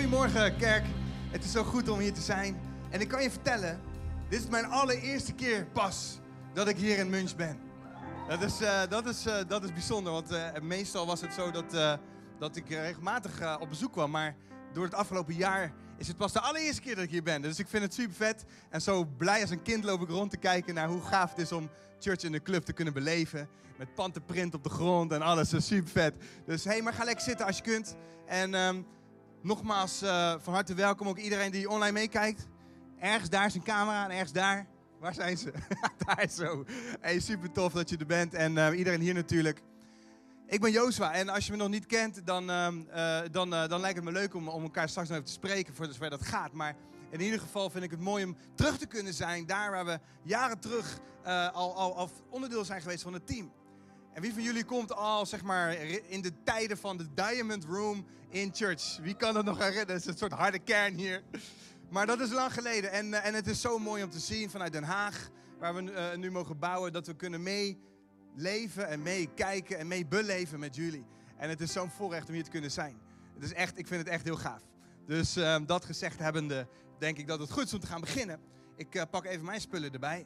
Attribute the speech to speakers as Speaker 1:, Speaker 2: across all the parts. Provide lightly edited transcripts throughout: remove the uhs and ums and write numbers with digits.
Speaker 1: Goedemorgen kerk, het is zo goed om hier te zijn. En ik kan je vertellen, dit is mijn allereerste keer pas dat ik hier in Münch ben. Dat is bijzonder, want meestal was het zo dat ik regelmatig op bezoek kwam. Maar door het afgelopen jaar is het pas de allereerste keer dat ik hier ben. Dus ik vind het super vet. En zo blij als een kind loop ik rond te kijken naar hoe gaaf het is om church in de club te kunnen beleven. Met panterprint op de grond en alles, super vet. Dus maar ga lekker zitten als je kunt. En nogmaals, van harte welkom ook iedereen die online meekijkt. Ergens daar is een camera en ergens daar. Waar zijn ze? Daar zo. Hey, super tof dat je er bent en iedereen hier natuurlijk. Ik ben Jozua en als je me nog niet kent, dan lijkt het me leuk om elkaar straks nog even te spreken voor zover dat gaat. Maar in ieder geval vind ik het mooi om terug te kunnen zijn daar waar we jaren terug al onderdeel zijn geweest van het team. En wie van jullie komt al zeg maar in de tijden van de Diamond Room in Church? Wie kan dat nog herinneren? Dat is een soort harde kern hier. Maar dat is lang geleden en het is zo mooi om te zien vanuit Den Haag, waar we nu mogen bouwen, dat we kunnen meeleven en meekijken en meebeleven met jullie. En het is zo'n voorrecht om hier te kunnen zijn. Het is echt, ik vind het echt heel gaaf. Dus dat gezegd hebbende, denk ik dat het goed is om te gaan beginnen. Ik pak even mijn spullen erbij.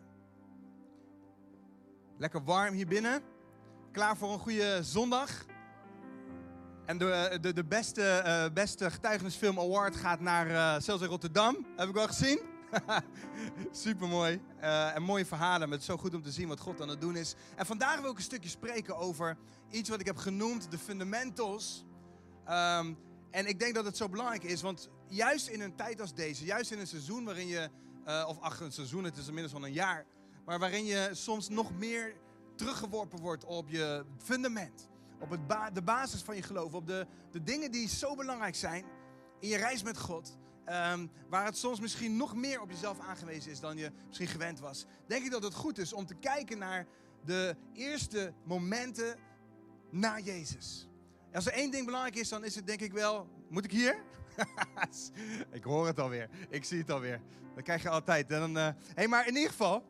Speaker 1: Lekker warm hier binnen. Klaar voor een goede zondag. En de beste getuigenisfilm award gaat naar Celso Rotterdam. Heb ik wel gezien. Supermooi. En mooie verhalen. Maar het is zo goed om te zien wat God aan het doen is. En vandaag wil ik een stukje spreken over iets wat ik heb genoemd de fundamentals. En ik denk dat het zo belangrijk is. Want juist in een tijd als deze. Juist in een seizoen waarin je... een seizoen, het is inmiddels al een jaar. Maar waarin je soms nog meer teruggeworpen wordt op je fundament. Op de basis van je geloof. Op de dingen die zo belangrijk zijn in je reis met God. Waar het soms misschien nog meer op jezelf aangewezen is dan je misschien gewend was. Denk ik dat het goed is om te kijken naar de eerste momenten na Jezus. En als er één ding belangrijk is, dan is het denk ik wel... Moet ik hier? Ik hoor het alweer. Ik zie het alweer. Dat krijg je altijd. Maar in ieder geval...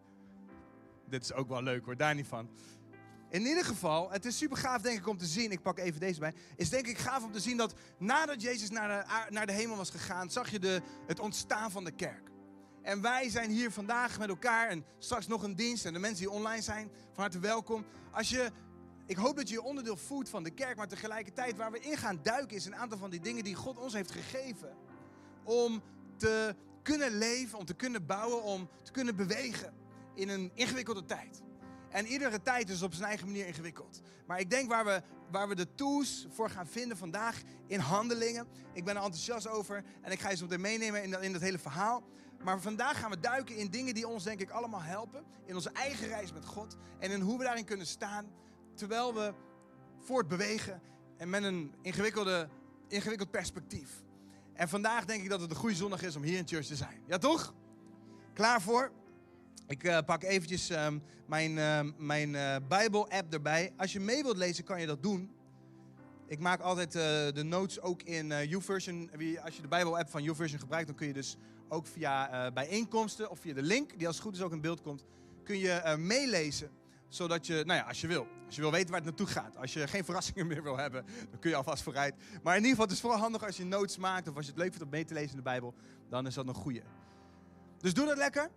Speaker 1: Dit is ook wel leuk hoor, daar niet van. In ieder geval, het is super gaaf denk ik om te zien, ik pak even deze bij, is denk ik gaaf om te zien dat nadat Jezus naar de hemel was gegaan, zag je het ontstaan van de kerk. En wij zijn hier vandaag met elkaar en straks nog een dienst en de mensen die online zijn, van harte welkom. Ik hoop dat je je onderdeel voelt van de kerk, maar tegelijkertijd waar we in gaan duiken is een aantal van die dingen die God ons heeft gegeven. Om te kunnen leven, om te kunnen bouwen, om te kunnen bewegen in een ingewikkelde tijd. En iedere tijd is op zijn eigen manier ingewikkeld. Maar ik denk waar we de tools voor gaan vinden vandaag in Handelingen. Ik ben er enthousiast over en ik ga je zo meteen meenemen in dat hele verhaal. Maar vandaag gaan we duiken in dingen die ons denk ik allemaal helpen. In onze eigen reis met God. En in hoe we daarin kunnen staan terwijl we voortbewegen. En met een ingewikkeld perspectief. En vandaag denk ik dat het een goede zondag is om hier in church te zijn. Ja toch? Klaar voor? Ik pak eventjes mijn Bijbel-app erbij. Als je mee wilt lezen, kan je dat doen. Ik maak altijd de notes ook in YouVersion. Als je de Bijbel-app van YouVersion gebruikt, dan kun je dus ook via bijeenkomsten of via de link, die als het goed is ook in beeld komt, kun je meelezen. Zodat je, als je wil weten waar het naartoe gaat. Als je geen verrassingen meer wil hebben, dan kun je alvast vooruit. Maar in ieder geval, het is vooral handig als je notes maakt of als je het leuk vindt om mee te lezen in de Bijbel. Dan is dat een goeie. Dus doe dat lekker.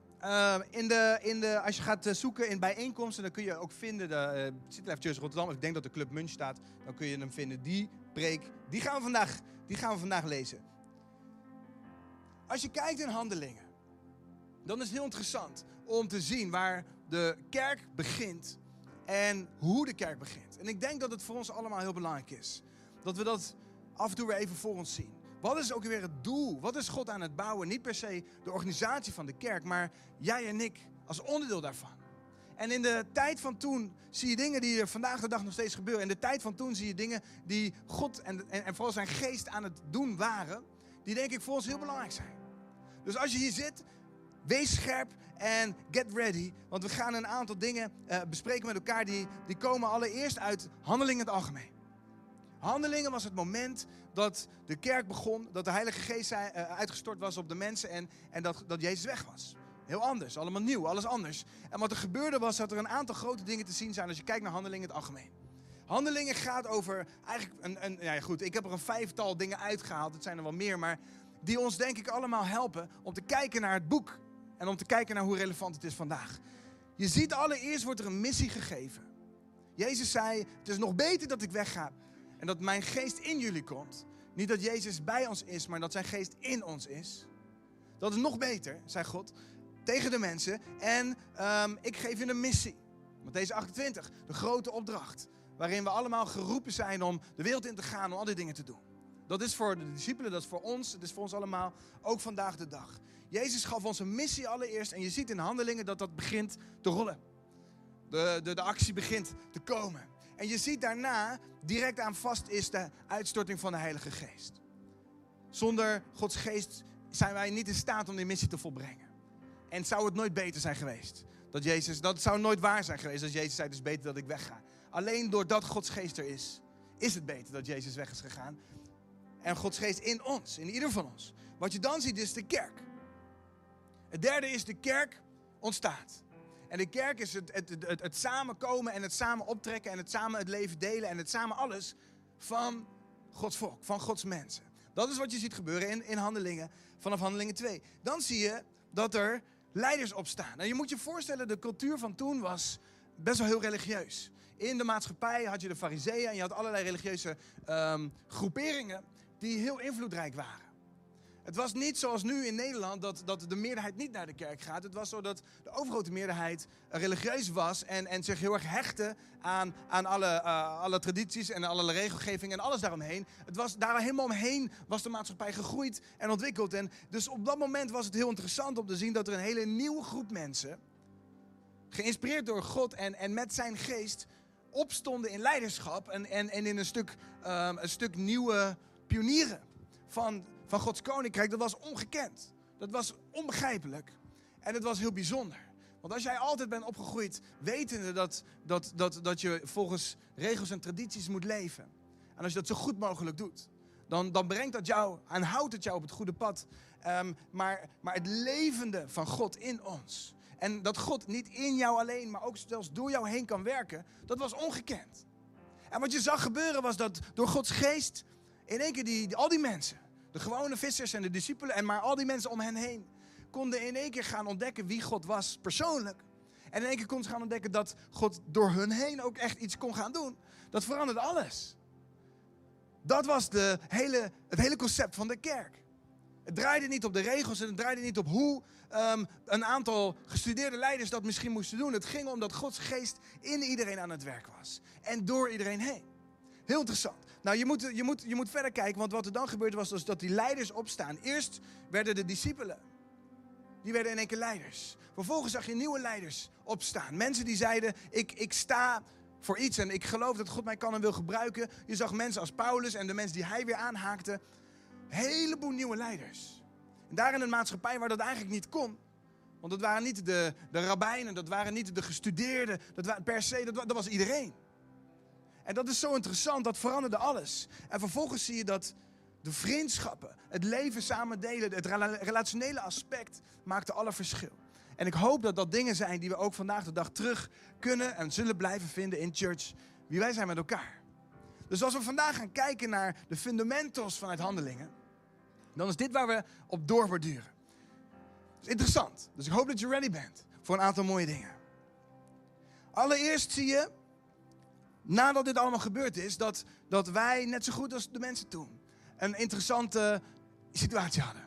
Speaker 1: Als je gaat zoeken in bijeenkomsten, dan kun je ook vinden de City Life Church Rotterdam. Ik denk dat de Club Münch staat. Dan kun je hem vinden. Die preek, die gaan we vandaag lezen. Als je kijkt in Handelingen, dan is het heel interessant om te zien waar de kerk begint en hoe de kerk begint. En ik denk dat het voor ons allemaal heel belangrijk is. Dat we dat af en toe weer even voor ons zien. Wat is ook weer het doel? Wat is God aan het bouwen? Niet per se de organisatie van de kerk, maar jij en ik als onderdeel daarvan. En in de tijd van toen zie je dingen die er vandaag de dag nog steeds gebeuren. In de tijd van toen zie je dingen die God en vooral zijn geest aan het doen waren, die denk ik voor ons heel belangrijk zijn. Dus als je hier zit, wees scherp en get ready. Want we gaan een aantal dingen bespreken met elkaar die komen allereerst uit Handelingen in het algemeen. Handelingen was het moment dat de kerk begon, dat de Heilige Geest uitgestort was op de mensen en dat Jezus weg was. Heel anders, allemaal nieuw, alles anders. En wat er gebeurde was dat er een aantal grote dingen te zien zijn als je kijkt naar Handelingen in het algemeen. Handelingen gaat over eigenlijk goed, ik heb er een 5-tal dingen uitgehaald. Het zijn er wel meer, maar die ons denk ik allemaal helpen om te kijken naar het boek. En om te kijken naar hoe relevant het is vandaag. Je ziet, allereerst wordt er een missie gegeven. Jezus zei, het is nog beter dat ik wegga en dat mijn geest in jullie komt. Niet dat Jezus bij ons is, maar dat zijn geest in ons is. Dat is nog beter, zei God, tegen de mensen. En ik geef je een missie. Mattheüs 28, de grote opdracht. Waarin we allemaal geroepen zijn om de wereld in te gaan, om al die dingen te doen. Dat is voor de discipelen, dat is voor ons, dat is voor ons allemaal, ook vandaag de dag. Jezus gaf ons een missie allereerst en je ziet in Handelingen dat dat begint te rollen. De actie begint te komen. En je ziet daarna, direct aan vast is de uitstorting van de Heilige Geest. Zonder Gods Geest zijn wij niet in staat om die missie te volbrengen. En zou het nooit beter zijn geweest? Dat zou nooit waar zijn geweest als Jezus zei, het is beter dat ik wegga. Alleen doordat Gods Geest er is het beter dat Jezus weg is gegaan. En Gods Geest in ons, in ieder van ons. Wat je dan ziet is de kerk. Het derde is de kerk ontstaat. En de kerk is het samenkomen en het samen optrekken en het samen het leven delen en het samen alles van Gods volk, van Gods mensen. Dat is wat je ziet gebeuren in Handelingen, vanaf Handelingen 2. Dan zie je dat er leiders opstaan. Nou, je moet je voorstellen, de cultuur van toen was best wel heel religieus. In de maatschappij had je de Farizeeën en je had allerlei religieuze groeperingen die heel invloedrijk waren. Het was niet zoals nu in Nederland dat de meerderheid niet naar de kerk gaat. Het was zo dat de overgrote meerderheid religieus was en zich heel erg hechtte aan alle tradities en alle regelgeving en alles daaromheen. Daar helemaal omheen was de maatschappij gegroeid en ontwikkeld. En dus op dat moment was het heel interessant om te zien dat er een hele nieuwe groep mensen, geïnspireerd door God en met zijn geest, opstonden in leiderschap en in een stuk nieuwe pionieren van Gods koninkrijk. Dat was ongekend. Dat was onbegrijpelijk. En het was heel bijzonder. Want als jij altijd bent opgegroeid wetende dat je volgens regels en tradities moet leven. En als je dat zo goed mogelijk doet. Dan brengt dat jou en houdt het jou op het goede pad. Maar het levende van God in ons. En dat God niet in jou alleen, maar ook zelfs door jou heen kan werken. Dat was ongekend. En wat je zag gebeuren was dat door Gods geest in één keer al die mensen, de gewone vissers en de discipelen, maar al die mensen om hen heen, konden in één keer gaan ontdekken wie God was persoonlijk. En in één keer konden ze gaan ontdekken dat God door hun heen ook echt iets kon gaan doen. Dat veranderde alles. Dat was het hele concept van de kerk. Het draaide niet op de regels en het draaide niet op hoe een aantal gestudeerde leiders dat misschien moesten doen. Het ging om dat Gods geest in iedereen aan het werk was. En door iedereen heen. Heel interessant. Nou, je moet verder kijken, want wat er dan gebeurde was dat die leiders opstaan. Eerst werden de discipelen, die werden in één keer leiders. Vervolgens zag je nieuwe leiders opstaan. Mensen die zeiden, ik sta voor iets en ik geloof dat God mij kan en wil gebruiken. Je zag mensen als Paulus en de mensen die hij weer aanhaakte. Een heleboel nieuwe leiders. En daar in een maatschappij waar dat eigenlijk niet kon. Want dat waren niet de rabbijnen, dat waren niet de gestudeerden, dat was iedereen. En dat is zo interessant, dat veranderde alles. En vervolgens zie je dat de vriendschappen, het leven samen delen, het relationele aspect maakte alle verschil. En ik hoop dat dat dingen zijn die we ook vandaag de dag terug kunnen en zullen blijven vinden in church. Wie wij zijn met elkaar. Dus als we vandaag gaan kijken naar de fundamentals vanuit Handelingen, dan is dit waar we op doorborduren. Dat is interessant. Dus ik hoop dat je ready bent voor een aantal mooie dingen. Allereerst zie je, nadat dit allemaal gebeurd is, dat wij, net zo goed als de mensen toen, een interessante situatie hadden.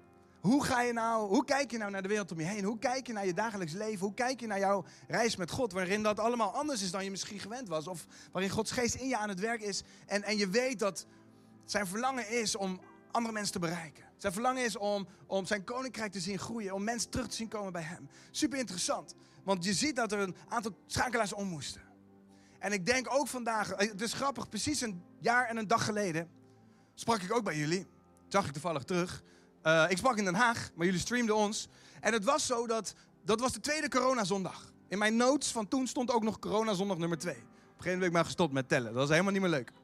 Speaker 1: Hoe kijk je nou naar de wereld om je heen? Hoe kijk je naar je dagelijks leven? Hoe kijk je naar jouw reis met God? Waarin dat allemaal anders is dan je misschien gewend was. Of waarin Gods geest in je aan het werk is. En je weet dat zijn verlangen is om andere mensen te bereiken. Zijn verlangen is om zijn koninkrijk te zien groeien. Om mensen terug te zien komen bij hem. Super interessant. Want je ziet dat er een aantal schakelaars om moesten. En ik denk ook vandaag, het is grappig, precies een jaar en een dag geleden sprak ik ook bij jullie. Zag ik toevallig terug. Ik sprak in Den Haag, maar jullie streamden ons. En het was zo dat was de tweede coronazondag. In mijn notes van toen stond ook nog coronazondag nummer 2. Op een gegeven moment ben ik maar gestopt met tellen. Dat was helemaal niet meer leuk.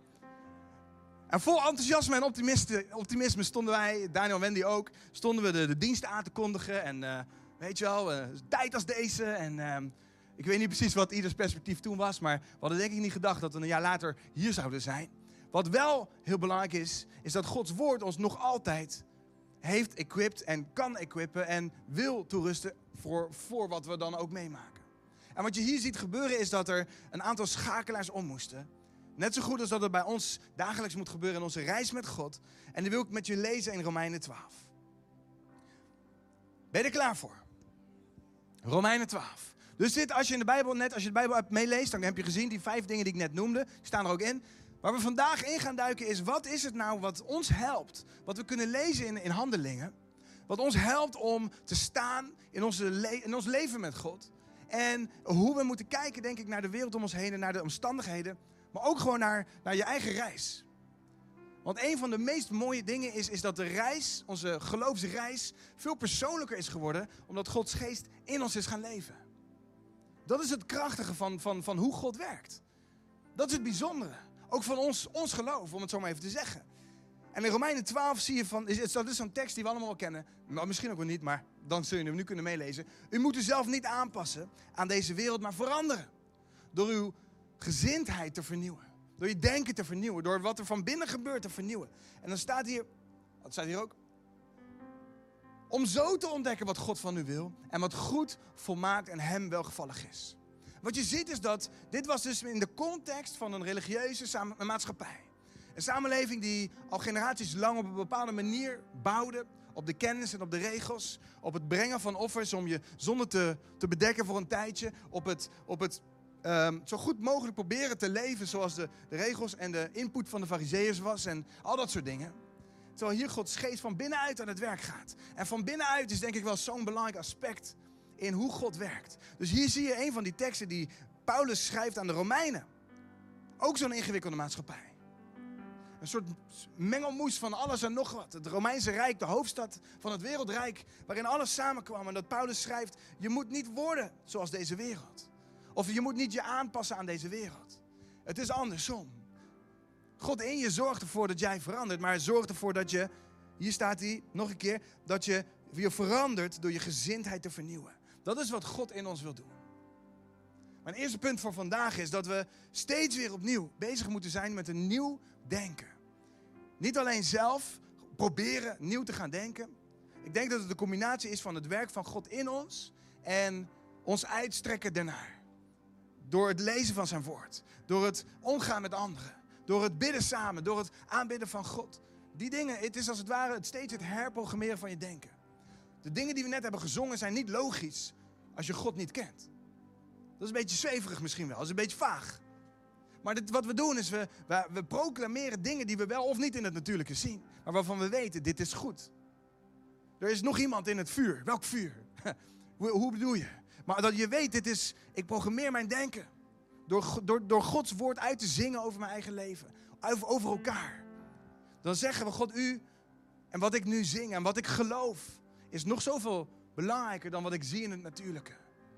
Speaker 1: En vol enthousiasme en optimisme stonden wij, Daniel en Wendy ook, stonden we de diensten aan te kondigen. En weet je wel, tijd als deze. En Ik weet niet precies wat ieders perspectief toen was, maar we hadden denk ik niet gedacht dat we een jaar later hier zouden zijn. Wat wel heel belangrijk is dat Gods woord ons nog altijd heeft equipped en kan equippen en wil toerusten voor wat we dan ook meemaken. En wat je hier ziet gebeuren is dat er een aantal schakelaars om moesten. Net zo goed als dat het bij ons dagelijks moet gebeuren in onze reis met God. En die wil ik met je lezen in Romeinen 12. Ben je er klaar voor? Romeinen 12. Dus dit, als je de Bijbel hebt meeleest, dan heb je gezien die 5 dingen die ik net noemde. Die staan er ook in. Waar we vandaag in gaan duiken is, wat is het nou wat ons helpt? Wat we kunnen lezen in Handelingen. Wat ons helpt om te staan in ons leven met God. En hoe we moeten kijken, denk ik, naar de wereld om ons heen en naar de omstandigheden. Maar ook gewoon naar je eigen reis. Want een van de meest mooie dingen is dat de reis, onze geloofsreis, veel persoonlijker is geworden. Omdat Gods geest in ons is gaan leven. Dat is het krachtige van hoe God werkt. Dat is het bijzondere. Ook van ons geloof, om het zo maar even te zeggen. En in Romeinen 12 zie je dat is zo'n tekst die we allemaal wel kennen. Maar misschien ook wel niet, maar dan zul je hem nu kunnen meelezen. U moet u zelf niet aanpassen aan deze wereld, maar veranderen. Door uw gezindheid te vernieuwen. Door je denken te vernieuwen. Door wat er van binnen gebeurt te vernieuwen. En dan staat hier, wat staat hier ook? Om zo te ontdekken wat God van u wil. En wat goed, volmaakt en hem welgevallig is. Wat je ziet is dat, dit was dus in de context van een religieuze maatschappij. Een samenleving die al generaties lang op een bepaalde manier bouwde. Op de kennis en op de regels. Op het brengen van offers om je zonde te bedekken voor een tijdje. Op het zo goed mogelijk proberen te leven zoals de regels en de input van de farizeeërs was. En al dat soort dingen. Terwijl hier Gods geest van binnenuit aan het werk gaat. En van binnenuit is denk ik wel zo'n belangrijk aspect in hoe God werkt. Dus hier zie je een van die teksten die Paulus schrijft aan de Romeinen. Ook zo'n ingewikkelde maatschappij. Een soort mengelmoes van alles en nog wat. Het Romeinse Rijk, de hoofdstad van het wereldrijk, waarin alles samenkwam. En dat Paulus schrijft, je moet niet worden zoals deze wereld. Of je moet niet je aanpassen aan deze wereld. Het is andersom. God in je zorgt ervoor dat jij verandert, maar hij zorgt ervoor dat je, hier staat hij nog een keer, dat je verandert door je gezindheid te vernieuwen. Dat is wat God in ons wil doen. Mijn eerste punt voor vandaag is dat we steeds weer opnieuw bezig moeten zijn met een nieuw denken. Niet alleen zelf proberen nieuw te gaan denken. Ik denk dat het de combinatie is van het werk van God in ons en ons uitstrekken daarnaar. Door het lezen van zijn woord. Door het omgaan met anderen. Door het bidden samen. Door het aanbidden van God. Die dingen, het is als het ware steeds het herprogrammeren van je denken. De dingen die we net hebben gezongen zijn niet logisch als je God niet kent. Dat is een beetje zweverig misschien wel. Dat is een beetje vaag. Maar wat we doen is, we proclameren dingen die we wel of niet in het natuurlijke zien. Maar waarvan we weten, dit is goed. Er is nog iemand in het vuur. Welk vuur? Hoe bedoel je? Maar dat je weet, ik programmeer mijn denken. Door Gods woord uit te zingen over mijn eigen leven. Over elkaar. Dan zeggen we, God, u en wat ik nu zing en wat ik geloof is nog zoveel belangrijker dan wat ik zie in het natuurlijke.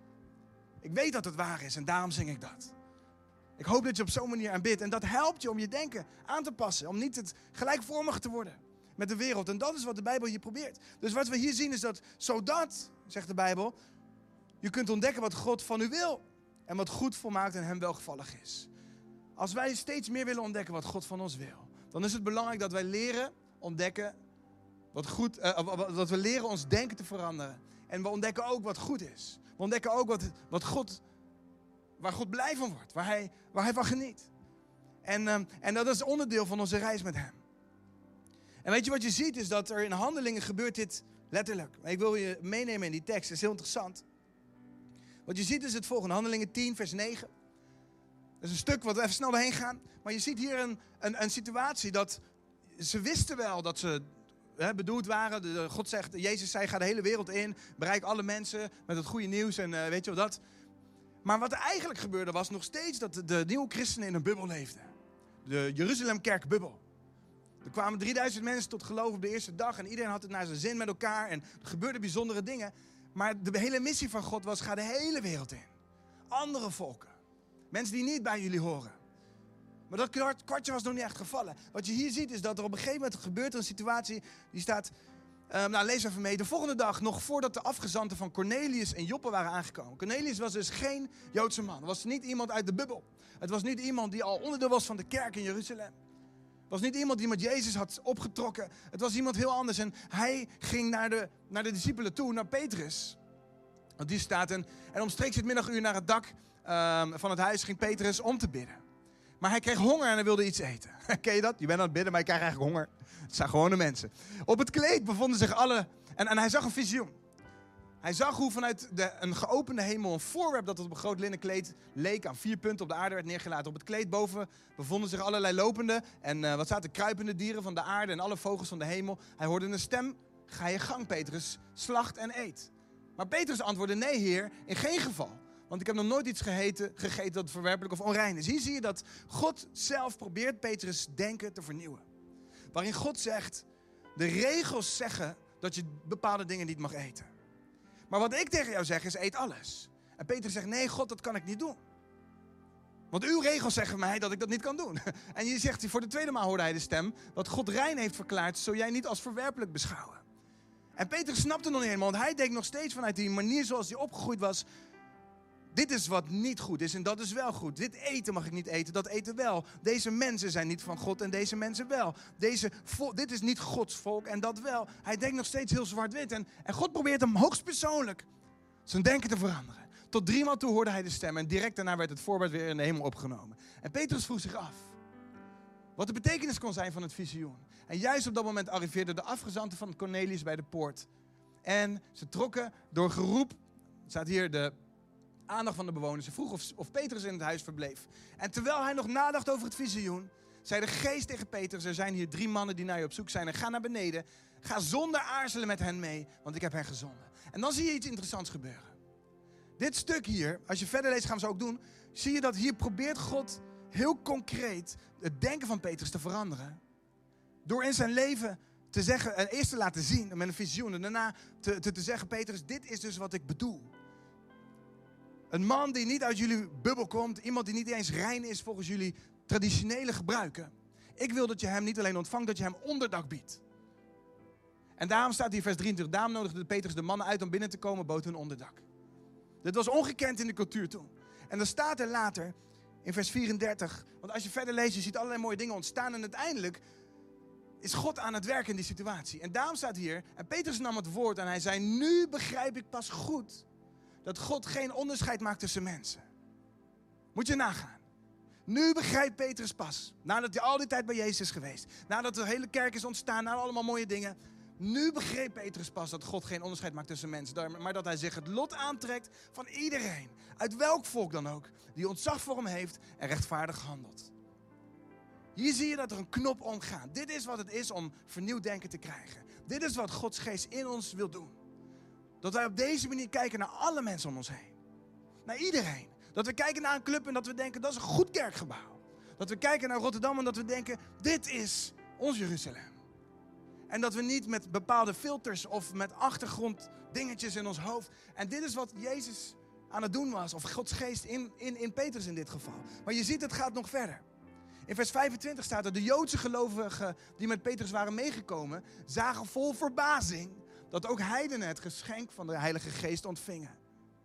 Speaker 1: Ik weet dat het waar is en daarom zing ik dat. Ik hoop dat je op zo'n manier aanbidt. En dat helpt je om je denken aan te passen. Om niet het gelijkvormig te worden met de wereld. En dat is wat de Bijbel hier probeert. Dus wat we hier zien is dat, zodat, zegt de Bijbel, je kunt ontdekken wat God van u wil. En wat goed, volmaakt en hem welgevallig is. Als wij steeds meer willen ontdekken wat God van ons wil, dan is het belangrijk dat wij leren ontdekken dat we leren ons denken te veranderen. En we ontdekken ook wat goed is. We ontdekken ook waar God blij van wordt. Waar hij van geniet. En dat is onderdeel van onze reis met hem. En weet je wat je ziet is dat er in Handelingen gebeurt dit letterlijk. Ik wil je meenemen in die tekst. Dat is heel interessant. Wat je ziet is het volgende. Handelingen 10 vers 9. Dat is een stuk wat we even snel doorheen gaan. Maar je ziet hier een situatie dat ze wisten wel dat ze bedoeld waren. God zegt, Jezus zei, ga de hele wereld in. Bereik alle mensen met het goede nieuws en weet je wel dat. Maar wat er eigenlijk gebeurde was nog steeds dat de nieuwe christenen in een bubbel leefden. De Jeruzalemkerkbubbel. Er kwamen 3000 mensen tot geloof op de eerste dag. En iedereen had het naar zijn zin met elkaar. En er gebeurden bijzondere dingen. Maar de hele missie van God was, ga de hele wereld in. Andere volken. Mensen die niet bij jullie horen. Maar dat kwartje was nog niet echt gevallen. Wat je hier ziet is dat er op een gegeven moment gebeurt een situatie. Die staat, Lees even mee. De volgende dag, nog voordat de afgezanten van Cornelius en Joppe waren aangekomen. Cornelius was dus geen Joodse man. Het was niet iemand uit de bubbel. Het was niet iemand die al onderdeel was van de kerk in Jeruzalem. Het was niet iemand die met Jezus had opgetrokken. Het was iemand heel anders. En hij ging naar de discipelen toe, naar Petrus. Want die staat en omstreeks het middaguur naar het dak van het huis ging Petrus om te bidden. Maar hij kreeg honger en hij wilde iets eten. Ken je dat? Je bent aan het bidden, maar je krijgt eigenlijk honger. Het zijn gewone mensen. Op het kleed bevonden zich alle... En hij zag een visioen. Hij zag hoe vanuit een geopende hemel een voorwerp dat op een groot linnen kleed leek aan 4 punten op de aarde werd neergelaten. Op het kleed boven bevonden zich allerlei lopende en wat zaten kruipende dieren van de aarde en alle vogels van de hemel. Hij hoorde een stem: ga je gang, Petrus, slacht en eet. Maar Petrus antwoordde: nee, Heer, in geen geval. Want ik heb nog nooit iets gegeten dat verwerpelijk of onrein is. Hier zie je dat God zelf probeert Petrus' denken te vernieuwen. Waarin God zegt, de regels zeggen dat je bepaalde dingen niet mag eten. Maar wat ik tegen jou zeg is, eet alles. En Petrus zegt, nee God, dat kan ik niet doen. Want uw regels zeggen mij dat ik dat niet kan doen. En je zegt, voor de tweede maal hoorde hij de stem, wat God rein heeft verklaard, zul jij niet als verwerpelijk beschouwen. En Petrus snapte nog niet helemaal, want hij denkt nog steeds vanuit die manier zoals hij opgegroeid was. Dit is wat niet goed is en dat is wel goed. Dit eten mag ik niet eten, dat eten wel. Deze mensen zijn niet van God en deze mensen wel. Dit is niet Gods volk en dat wel. Hij denkt nog steeds heel zwart-wit. En God probeert hem hoogstpersoonlijk zijn denken te veranderen. Tot 3 maal toe hoorde hij de stem en direct daarna werd het voorbeeld weer in de hemel opgenomen. En Petrus vroeg zich af wat de betekenis kon zijn van het visioen. En juist op dat moment arriveerden de afgezanten van Cornelius bij de poort. En ze trokken door geroep, staat hier de aandacht van de bewoners. Ze vroeg of Petrus in het huis verbleef. En terwijl hij nog nadacht over het visioen, zei de geest tegen Petrus, er zijn hier 3 mannen die naar je op zoek zijn. En ga naar beneden. Ga zonder aarzelen met hen mee, want ik heb hen gezonden. En dan zie je iets interessants gebeuren. Dit stuk hier, als je verder leest, gaan we zo ook doen, zie je dat hier probeert God heel concreet het denken van Petrus te veranderen. Door in zijn leven te zeggen, en eerst te laten zien met een visioen en daarna te zeggen, Petrus, dit is dus wat ik bedoel. Een man die niet uit jullie bubbel komt, iemand die niet eens rein is volgens jullie traditionele gebruiken. Ik wil dat je hem niet alleen ontvangt, dat je hem onderdak biedt. En daarom staat hier vers 23, daarom nodigde Petrus de mannen uit om binnen te komen, bood hun onderdak. Dit was ongekend in de cultuur toen. En dan staat er later, in vers 34, want als je verder leest, je ziet allerlei mooie dingen ontstaan en uiteindelijk is God aan het werken in die situatie. En daarom staat hier, en Petrus nam het woord en hij zei, nu begrijp ik pas goed dat God geen onderscheid maakt tussen mensen. Moet je nagaan. Nu begrijpt Petrus pas, nadat hij al die tijd bij Jezus is geweest, nadat de hele kerk is ontstaan, na allemaal mooie dingen. Nu begreep Petrus pas dat God geen onderscheid maakt tussen mensen, maar dat hij zich het lot aantrekt van iedereen, uit welk volk dan ook, die ontzag voor hem heeft en rechtvaardig handelt. Hier zie je dat er een knop omgaat. Dit is wat het is om vernieuwd denken te krijgen. Dit is wat Gods geest in ons wil doen. Dat wij op deze manier kijken naar alle mensen om ons heen. Naar iedereen. Dat we kijken naar een club en dat we denken, dat is een goed kerkgebouw. Dat we kijken naar Rotterdam en dat we denken, dit is ons Jeruzalem. En dat we niet met bepaalde filters of met achtergronddingetjes in ons hoofd. En dit is wat Jezus aan het doen was. Of Gods geest in Petrus in dit geval. Maar je ziet, het gaat nog verder. In vers 25 staat er, de Joodse gelovigen die met Petrus waren meegekomen, zagen vol verbazing dat ook heidenen het geschenk van de Heilige Geest ontvingen.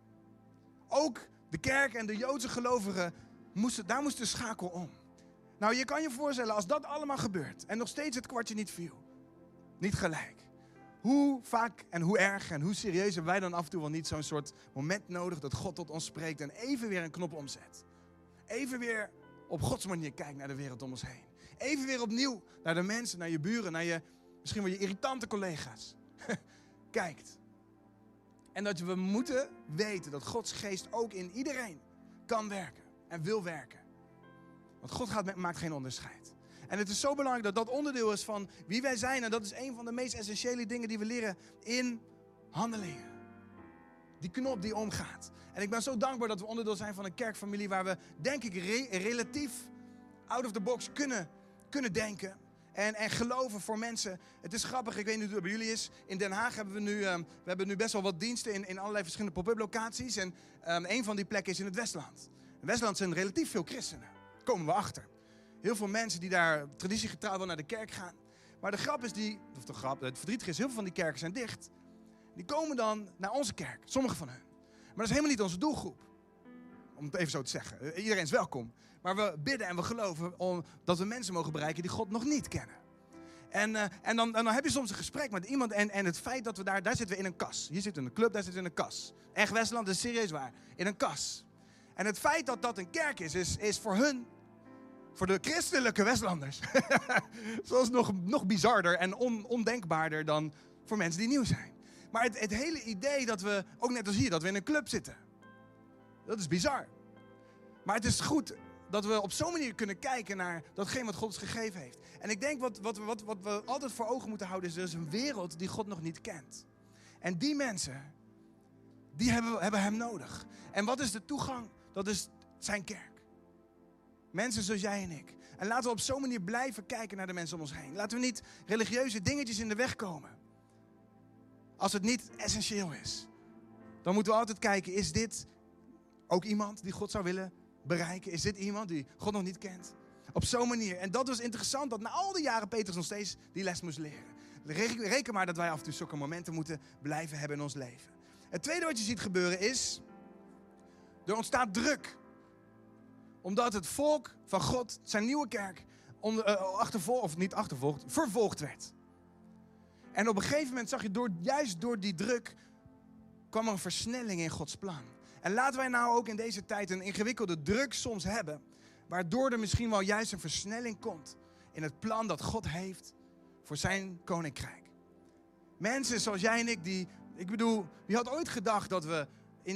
Speaker 1: Ook de kerk en de Joodse gelovigen, daar moest de schakel om. Nou, je kan je voorstellen, als dat allemaal gebeurt en nog steeds het kwartje niet viel. Niet gelijk. Hoe vaak en hoe erg en hoe serieus hebben wij dan af en toe wel niet zo'n soort moment nodig dat God tot ons spreekt en even weer een knop omzet. Even weer op Gods manier kijkt naar de wereld om ons heen. Even weer opnieuw naar de mensen, naar je buren, naar misschien wel je irritante collega's. Kijkt. En dat we moeten weten dat Gods geest ook in iedereen kan werken en wil werken. Want God maakt geen onderscheid. En het is zo belangrijk dat dat onderdeel is van wie wij zijn. En dat is een van de meest essentiële dingen die we leren in Handelingen. Die knop die omgaat. En ik ben zo dankbaar dat we onderdeel zijn van een kerkfamilie waar we, denk ik, relatief out of the box kunnen denken. En geloven voor mensen. Het is grappig, ik weet niet hoe het bij jullie is. In Den Haag hebben we nu best wel wat diensten in allerlei verschillende pop-up locaties. En een van die plekken is in het Westland. In Westland zijn relatief veel christenen. Daar komen we achter. Heel veel mensen die daar traditiegetrouw wel naar de kerk gaan. Maar de grap is het verdrietige is, heel veel van die kerken zijn dicht. Die komen dan naar onze kerk, sommige van hen. Maar dat is helemaal niet onze doelgroep. Om het even zo te zeggen. Iedereen is welkom. Maar we bidden en we geloven dat we mensen mogen bereiken die God nog niet kennen. En dan heb je soms een gesprek met iemand en het feit dat we daar zitten we in een kas. Hier zitten we in een club, daar zitten we in een kas. Echt Westland, dat is serieus waar. In een kas. En het feit dat dat een kerk is voor hun, voor de christelijke Westlanders. Zoals nog bizarder en ondenkbaarder dan voor mensen die nieuw zijn. Maar het hele idee dat we, ook net als hier, dat we in een club zitten. Dat is bizar. Maar het is goed dat we op zo'n manier kunnen kijken naar datgene wat God ons gegeven heeft. En ik denk wat we altijd voor ogen moeten houden is, er is een wereld die God nog niet kent. En die mensen, die hebben hem nodig. En wat is de toegang? Dat is zijn kerk. Mensen zoals jij en ik. En laten we op zo'n manier blijven kijken naar de mensen om ons heen. Laten we niet religieuze dingetjes in de weg komen. Als het niet essentieel is. Dan moeten we altijd kijken, is dit ook iemand die God zou willen bereiken? Is dit iemand die God nog niet kent? Op zo'n manier. En dat was interessant, dat na al die jaren Petrus nog steeds die les moest leren. Reken maar dat wij af en toe zulke momenten moeten blijven hebben in ons leven. Het tweede wat je ziet gebeuren is, er ontstaat druk. Omdat het volk van God, zijn nieuwe kerk, vervolgd werd. En op een gegeven moment zag je, juist door die druk, kwam er een versnelling in Gods plan. En laten wij nou ook in deze tijd een ingewikkelde druk soms hebben, waardoor er misschien wel juist een versnelling komt in het plan dat God heeft voor zijn koninkrijk. Mensen zoals jij en ik, wie had ooit gedacht dat we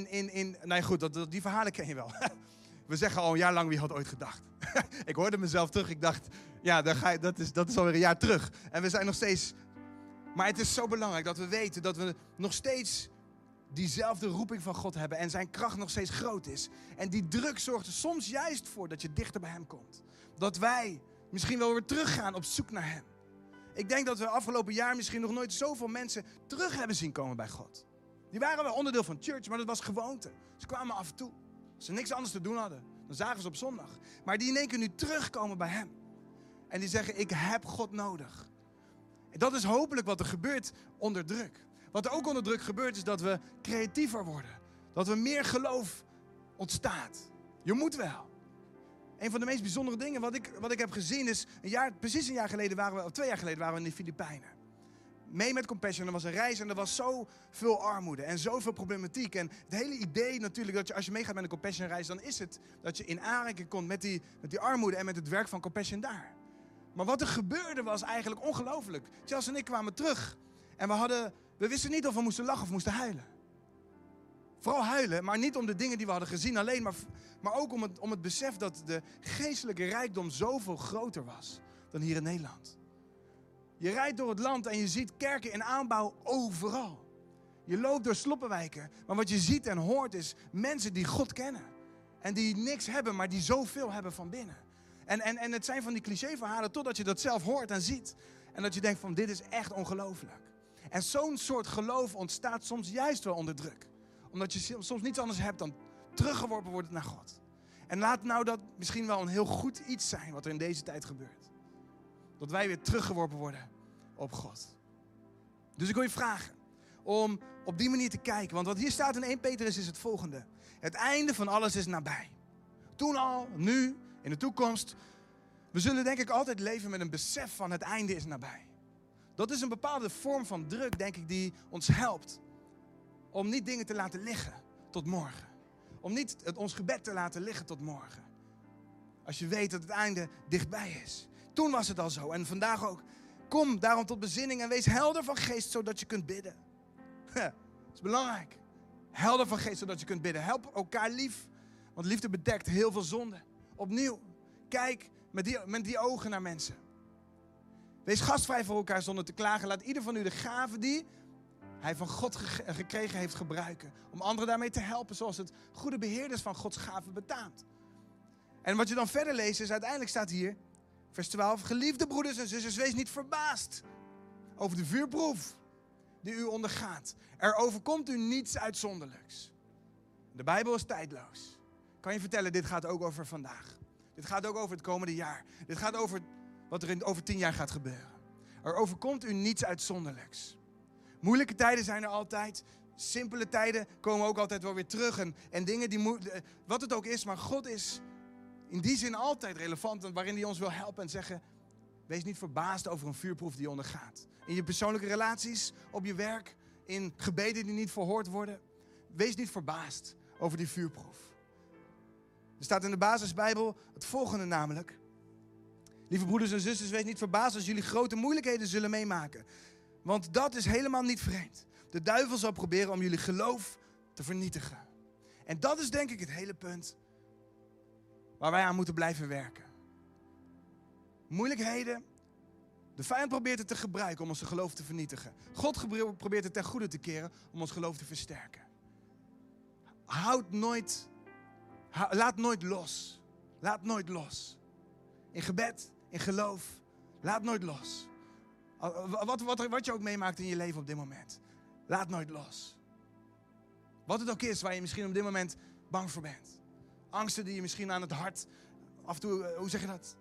Speaker 1: die verhalen ken je wel. We zeggen al een jaar lang, wie had ooit gedacht. Ik hoorde mezelf terug, ik dacht, ja, dat is alweer een jaar terug. En we zijn nog steeds. Maar het is zo belangrijk dat we weten dat we nog steeds diezelfde roeping van God hebben en zijn kracht nog steeds groot is. En die druk zorgt er soms juist voor dat je dichter bij hem komt. Dat wij misschien wel weer teruggaan op zoek naar hem. Ik denk dat we afgelopen jaar misschien nog nooit zoveel mensen terug hebben zien komen bij God. Die waren wel onderdeel van church, maar dat was gewoonte. Ze kwamen af en toe. Als ze niks anders te doen hadden, dan zagen ze op zondag. Maar die in één keer nu terugkomen bij hem. En die zeggen, ik heb God nodig. En dat is hopelijk wat er gebeurt onder druk. Wat er ook onder druk gebeurt is dat we creatiever worden. Dat er meer geloof ontstaat. Je moet wel. Een van de meest bijzondere dingen wat ik heb gezien is, precies een jaar geleden waren we, 2 jaar geleden waren we in de Filipijnen. Mee met Compassion, er was een reis en er was zoveel armoede en zoveel problematiek. En het hele idee natuurlijk, dat als je meegaat met een Compassion reis, dan is het dat je in aanraking komt met die armoede en met het werk van Compassion daar. Maar wat er gebeurde was eigenlijk ongelooflijk. Charles en ik kwamen terug en we wisten niet of we moesten lachen of moesten huilen. Vooral huilen, maar niet om de dingen die we hadden gezien alleen, maar ook om het besef dat de geestelijke rijkdom zoveel groter was dan hier in Nederland. Je rijdt door het land en je ziet kerken in aanbouw overal. Je loopt door sloppenwijken, maar wat je ziet en hoort is mensen die God kennen. En die niks hebben, maar die zoveel hebben van binnen. En het zijn van die clichéverhalen totdat je dat zelf hoort en ziet. En dat je denkt van dit is echt ongelooflijk. En zo'n soort geloof ontstaat soms juist wel onder druk. Omdat je soms niets anders hebt dan teruggeworpen worden naar God. En laat nou dat misschien wel een heel goed iets zijn wat er in deze tijd gebeurt. Dat wij weer teruggeworpen worden op God. Dus ik wil je vragen om op die manier te kijken. Want wat hier staat in 1 Petrus is het volgende. Het einde van alles is nabij. Toen al, nu, in de toekomst. We zullen denk ik altijd leven met een besef van het einde is nabij. Dat is een bepaalde vorm van druk, denk ik, die ons helpt. Om niet dingen te laten liggen tot morgen. Om niet ons gebed te laten liggen tot morgen. Als je weet dat het einde dichtbij is. Toen was het al zo en vandaag ook. Kom daarom tot bezinning en wees helder van geest zodat je kunt bidden. Dat is belangrijk. Helder van geest zodat je kunt bidden. Help elkaar lief, want liefde bedekt heel veel zonde. Opnieuw, kijk met die ogen naar mensen. Wees gastvrij voor elkaar zonder te klagen. Laat ieder van u de gave die hij van God gekregen heeft gebruiken. Om anderen daarmee te helpen zoals het goede beheerders van Gods gave betaamt. En wat je dan verder leest is uiteindelijk staat hier, vers 12. Geliefde broeders en zusters, wees niet verbaasd over de vuurproef die u ondergaat. Er overkomt u niets uitzonderlijks. De Bijbel is tijdloos. Kan je vertellen, dit gaat ook over vandaag. Dit gaat ook over het komende jaar. Dit gaat over wat er over 10 jaar gaat gebeuren. Er overkomt u niets uitzonderlijks. Moeilijke tijden zijn er altijd. Simpele tijden komen ook altijd wel weer terug. En dingen wat het ook is, maar God is in die zin altijd relevant. Waarin hij ons wil helpen en zeggen, wees niet verbaasd over een vuurproef die je ondergaat. In je persoonlijke relaties, op je werk, in gebeden die niet verhoord worden. Wees niet verbaasd over die vuurproef. Er staat in de basisbijbel het volgende namelijk. Lieve broeders en zusters, wees niet verbaasd als jullie grote moeilijkheden zullen meemaken. Want dat is helemaal niet vreemd. De duivel zal proberen om jullie geloof te vernietigen. En dat is denk ik het hele punt waar wij aan moeten blijven werken. Moeilijkheden. De vijand probeert het te gebruiken om ons geloof te vernietigen. God probeert het ten goede te keren om ons geloof te versterken. Laat nooit los. Laat nooit los. In gebed, in geloof, laat nooit los. Wat je ook meemaakt in je leven op dit moment. Laat nooit los. Wat het ook is waar je misschien op dit moment bang voor bent. Angsten die je misschien aan het hart, af en toe, hoe zeg je dat?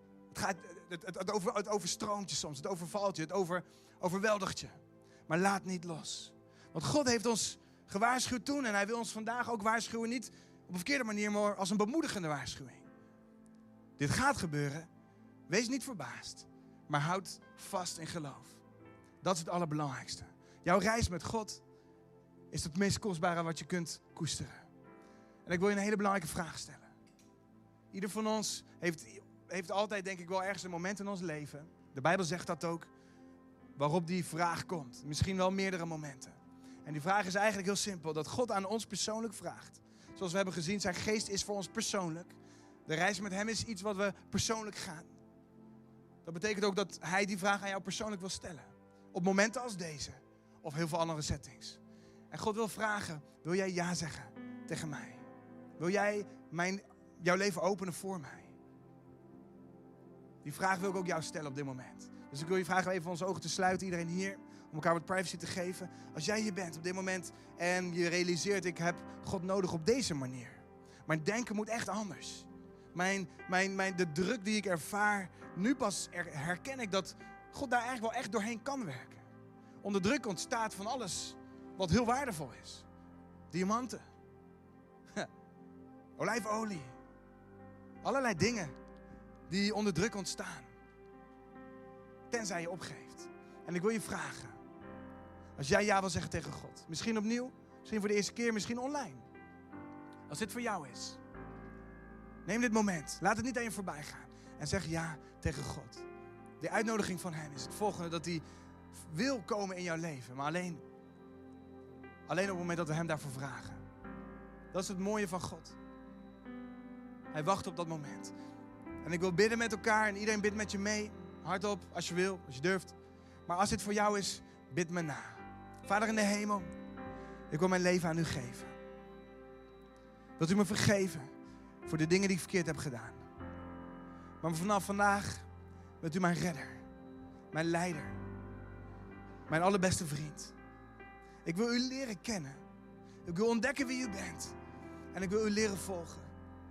Speaker 1: Het overstroomt je soms, het overvalt je, het overweldigt je. Maar laat niet los. Want God heeft ons gewaarschuwd toen en hij wil ons vandaag ook waarschuwen. Niet op een verkeerde manier, maar als een bemoedigende waarschuwing. Dit gaat gebeuren. Wees niet verbaasd, maar houd vast in geloof. Dat is het allerbelangrijkste. Jouw reis met God is het meest kostbare wat je kunt koesteren. En ik wil je een hele belangrijke vraag stellen. Ieder van ons heeft altijd, denk ik wel, ergens een moment in ons leven. De Bijbel zegt dat ook. Waarop die vraag komt. Misschien wel meerdere momenten. En die vraag is eigenlijk heel simpel. Dat God aan ons persoonlijk vraagt. Zoals we hebben gezien, zijn geest is voor ons persoonlijk. De reis met hem is iets wat we persoonlijk gaan. Dat betekent ook dat hij die vraag aan jou persoonlijk wil stellen. Op momenten als deze. Of heel veel andere settings. En God wil vragen, wil jij ja zeggen tegen mij? Wil jij jouw leven openen voor mij? Die vraag wil ik ook jou stellen op dit moment. Dus ik wil je vragen even onze ogen te sluiten, iedereen hier. Om elkaar wat privacy te geven. Als jij hier bent op dit moment en je realiseert, ik heb God nodig op deze manier. Mijn denken moet echt anders. De druk die ik ervaar, nu pas herken ik dat God daar eigenlijk wel echt doorheen kan werken. Onder druk ontstaat van alles wat heel waardevol is. Diamanten. Olijfolie. Allerlei dingen die onder druk ontstaan. Tenzij je opgeeft. En ik wil je vragen. Als jij ja wil zeggen tegen God. Misschien opnieuw. Misschien voor de eerste keer. Misschien online. Als dit voor jou is. Neem dit moment. Laat het niet aan je voorbij gaan. En zeg ja tegen God. De uitnodiging van hem is het volgende. Dat hij wil komen in jouw leven. Maar alleen op het moment dat we hem daarvoor vragen. Dat is het mooie van God. Hij wacht op dat moment. En ik wil bidden met elkaar. En iedereen bidt met je mee. Hardop, als je wil, als je durft. Maar als dit voor jou is, bid me na. Vader in de hemel, ik wil mijn leven aan u geven. Wilt u me vergeven voor de dingen die ik verkeerd heb gedaan. Maar vanaf vandaag bent u mijn redder. Mijn leider. Mijn allerbeste vriend. Ik wil u leren kennen. Ik wil ontdekken wie u bent. En ik wil u leren volgen.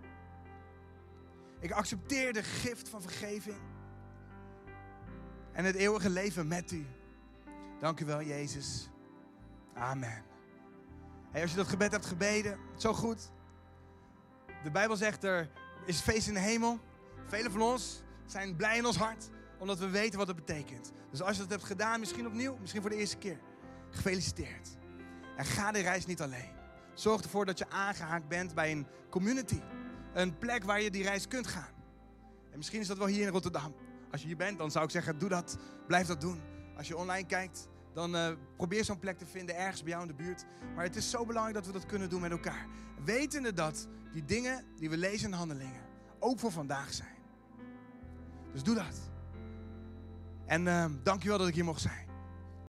Speaker 1: Ik accepteer de gift van vergeving. En het eeuwige leven met u. Dank u wel, Jezus. Amen. Hey, als je dat gebed hebt gebeden, zo goed. De Bijbel zegt, er is feest in de hemel. Velen van ons zijn blij in ons hart, omdat we weten wat het betekent. Dus als je dat hebt gedaan, misschien opnieuw, misschien voor de eerste keer. Gefeliciteerd. En ga de reis niet alleen. Zorg ervoor dat je aangehaakt bent bij een community. Een plek waar je die reis kunt gaan. En misschien is dat wel hier in Rotterdam. Als je hier bent, dan zou ik zeggen, doe dat. Blijf dat doen. Als je online kijkt, dan probeer zo'n plek te vinden ergens bij jou in de buurt. Maar het is zo belangrijk dat we dat kunnen doen met elkaar. Wetende dat die dingen die we lezen in Handelingen ook voor vandaag zijn. Dus doe dat. En dank je wel dat ik hier mocht zijn.